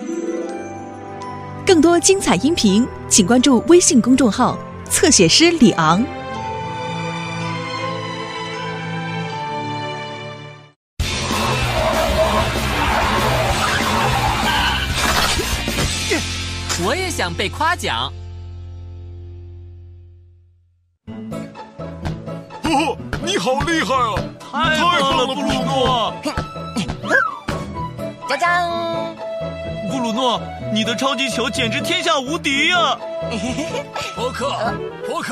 更多精彩音频，请关注微信公众号“侧写师李昂”。 我也想被夸奖。 哦，你好厉害啊！ 太棒了，布鲁诺！ 짜잔！ 布鲁诺，你的超级球简直天下无敌呀！ 波克，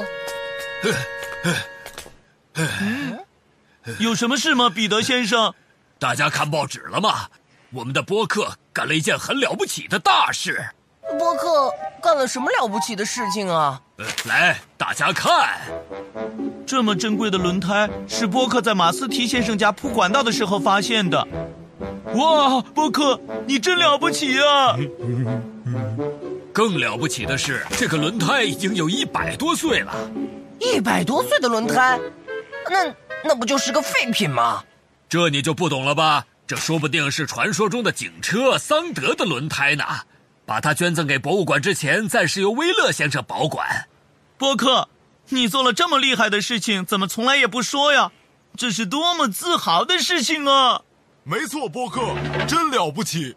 有什么事吗，彼得先生？ 大家看报纸了吗？我们的波克干了一件很了不起的大事。 波克干了什么了不起的事情啊？ 来，大家看， 这么珍贵的轮胎是波克在马斯提先生家铺管道的时候发现的。哇，波克，你真了不起啊！ 更了不起的是，这个轮胎已经有100多岁了。 100多岁的轮胎，那不就是个废品吗？ 这你就不懂了吧？这说不定是传说中的警车桑德的轮胎呢。把它捐赠给博物馆之前，暂时由威勒先生保管。 波克，你做了这么厉害的事情，怎么从来也不说呀？这是多么自豪的事情啊！ 没错，波克，真了不起。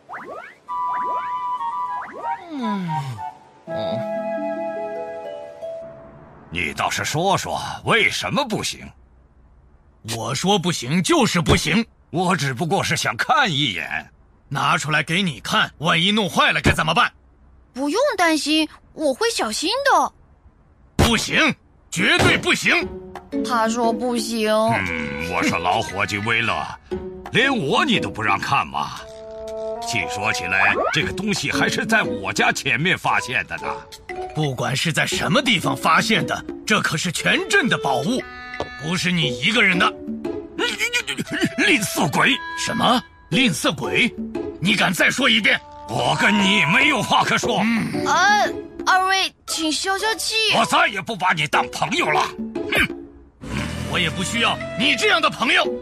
你倒是说说，为什么不行？ 我说不行就是不行， 我只不过是想看一眼。 拿出来给你看，万一弄坏了该怎么办？ 不用担心，我会小心的。 不行，绝对不行。 他说不行。 我说老伙计威勒，连我你都不让看吗？细说起来，这个东西还是在我家前面发现的呢。 不管是在什么地方发现的，这可是全镇的宝物，不是你一个人的。 吝啬鬼！ 什么？吝啬鬼？你敢再说一遍？ 我跟你没有话可说。 二位请消消气。 我再也不把你当朋友了。 我也不需要你这样的朋友。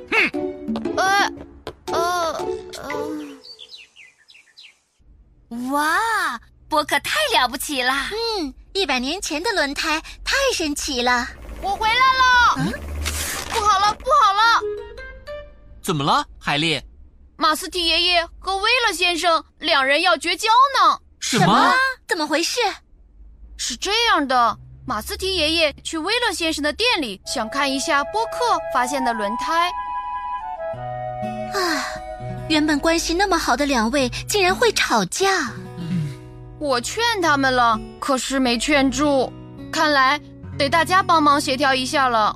哇，波克太了不起了。100年前的轮胎太神奇了。 我回来了。不好了，不好了！ 怎么了，海莉？ 马斯提爷爷和威勒先生两人要绝交呢。 什么？ 怎么回事？ 是这样的，马斯提爷爷去威勒先生的店里，想看一下波克发现的轮胎。 原本关系那么好的两位竟然会吵架。 我劝他们了，可是没劝住，看来得大家帮忙协调一下了。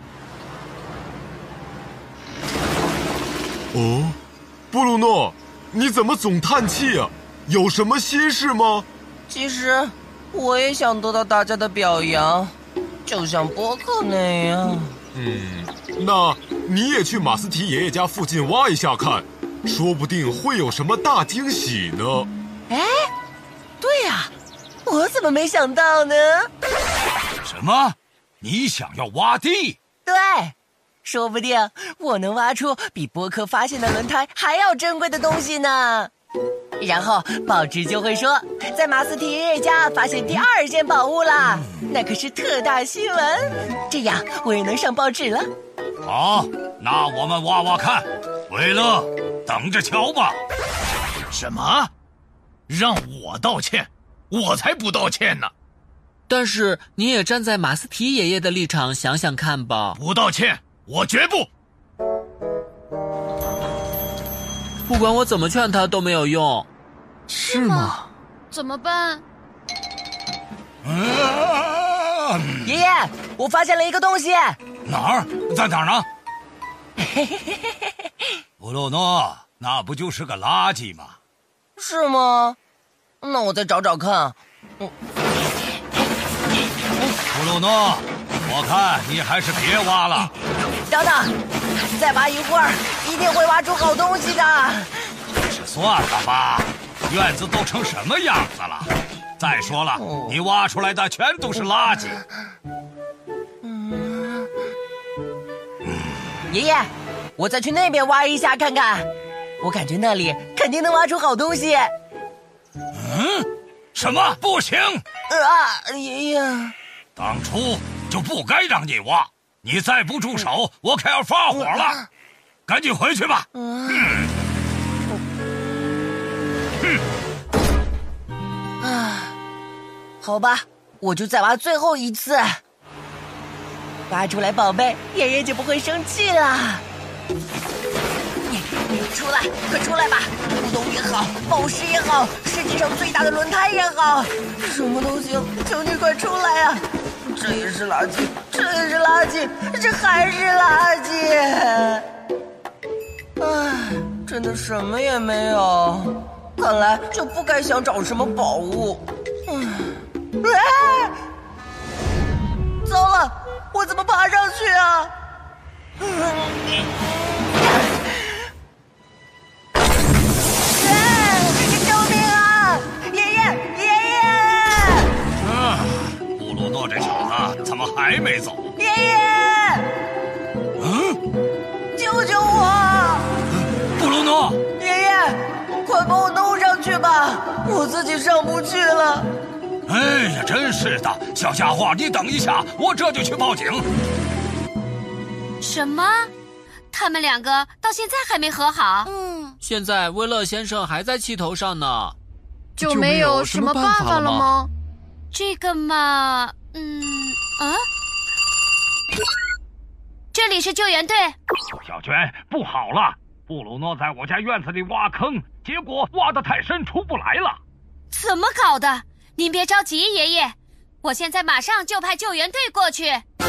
哦，布鲁诺，你怎么总叹气啊？有什么心事吗？ 其实我也想得到大家的表扬，就像波克那样。 那你也去马斯提爷爷家附近挖一下看，说不定会有什么大惊喜呢。 对呀，我怎么没想到呢？ 什么？你想要挖地？ 对，说不定我能挖出比波克发现的轮胎还要珍贵的东西呢。然后报纸就会说，在马斯提爷爷家发现第2件宝物啦，那可是特大新闻，这样我也能上报纸了。 好，那我们挖挖看。威勒，等着瞧吧。 什么？让我道歉？我才不道歉呢！ 但是你也站在马斯提爷爷的立场想想看吧。 不道歉，我绝不。 不管我怎么劝他都没有用。 是吗？怎么办？ 爷爷，我发现了一个东西。 哪儿？在哪儿呢？布鲁诺，那不就是个垃圾吗？ 是吗？那我再找找看。 布鲁诺，我看你还是别挖了。 等等，再挖一会儿，一定会挖出好东西的。 还是算了吧，院子都成什么样子了？再说了，你挖出来的全都是垃圾。 爷爷，我再去那边挖一下看看。 我感觉那里肯定能挖出好东西。 什么？不行！ 爷爷， 当初就不该让你挖，你再不住手，我可要发火了。赶紧回去吧。 好吧，我就再挖最后一次。挖出来宝贝，爷爷就不会生气了。出来，快出来吧！古董也好，宝石也好，世界上最大的轮胎也好，什么都行，求你快出来啊！这也是垃圾，这也是垃圾，这还是垃圾。真的什么也没有，看来就不该想找什么宝物。糟了，我怎么爬上去啊？救命啊！爷爷！ 布鲁诺这小子怎么还没走？ 爷爷！救救我！ 布鲁诺！ 爷爷，快把我弄上去吧，我自己上不去了。 哎呀，真是的，小家伙，你等一下，我这就去报警。 什么？他们两个到现在还没和好？ 现在威勒先生还在气头上呢。 就没有什么办法了吗？ 这个嘛，这里是救援队。 小娟，不好了！布鲁诺在我家院子里挖坑，结果挖得太深，出不来了。 怎么搞的？您别着急，爷爷，我现在马上就派救援队过去。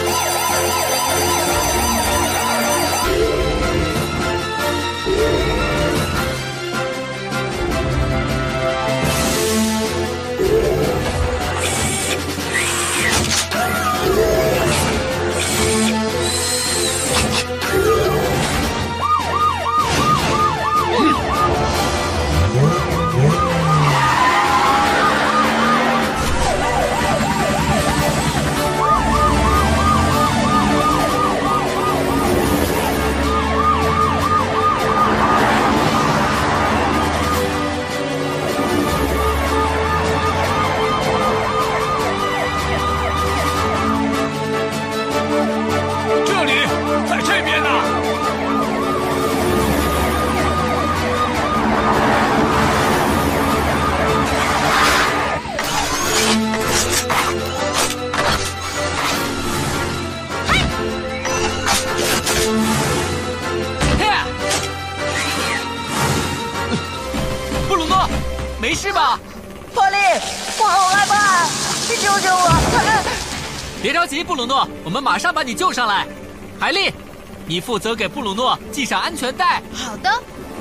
没事吧？ 波利，我好害怕，你救救我！ 别着急，布鲁诺，我们马上把你救上来。海莉，你负责给布鲁诺系上安全带。 好的。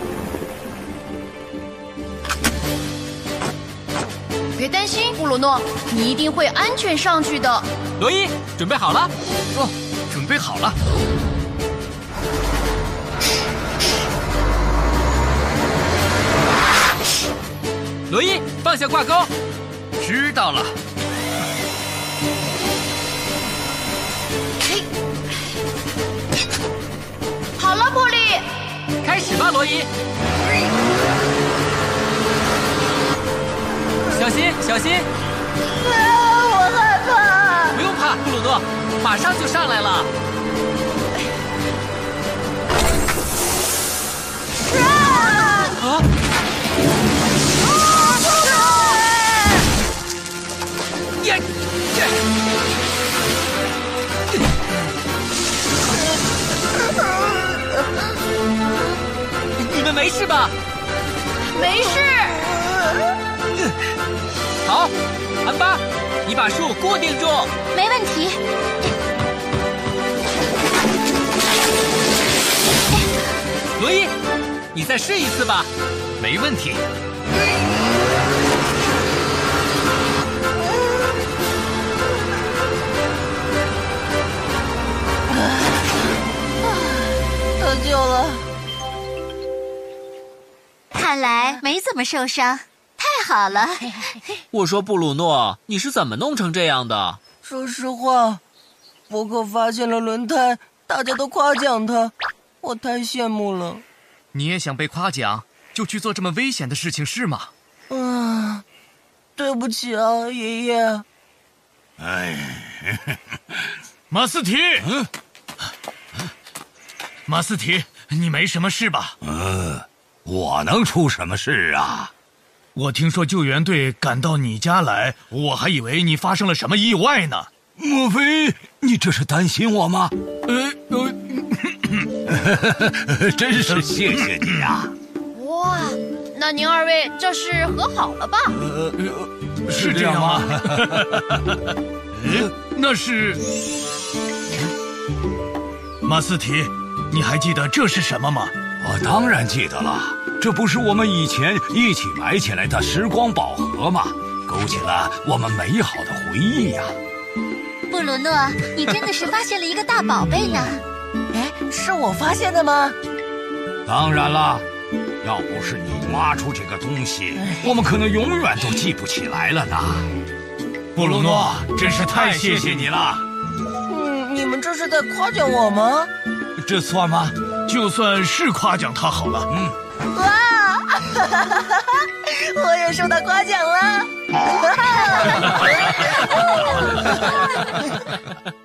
别担心，布鲁诺，你一定会安全上去的。 罗伊，准备好了？ 准备好了。 罗伊，放下挂钩。 知道了。 好了，波利， 开始吧，罗伊。小心，小心！ 我害怕。 不用怕，布鲁诺，马上就上来了。你们没事吧？ 没事。 好，安巴，你把树固定住。 没问题。 罗伊，你再试一次吧。 没问题。 得救了。 看来没怎么受伤，太好了。 我说布鲁诺，你是怎么弄成这样的？ 说实话，伯克发现了轮胎，大家都夸奖他，我太羡慕了。 你也想被夸奖，就去做这么危险的事情是吗？ 对不起啊，爷爷。 哎， 马斯提，马斯提，你没什么事吧？ 我能出什么事啊？ 我听说救援队赶到你家来，我还以为你发生了什么意外呢。 莫非你这是担心我吗？真是谢谢你啊！ 哇，那您二位这是和好了吧？ 是这样吗？那是马斯提，你还记得这是什么吗？ 我当然记得了，这不是我们以前一起埋起来的时光宝盒吗？勾起了我们美好的回忆呀。 布鲁诺，你真的是发现了一个大宝贝呢。 哎，是我发现的吗？ 当然了，要不是你挖出这个东西，我们可能永远都记不起来了呢。 布鲁诺，真是太谢谢你了。 你们这是在夸奖我吗？ 这算吗？ 就算是夸奖他好了。 哇，我也受到夸奖了。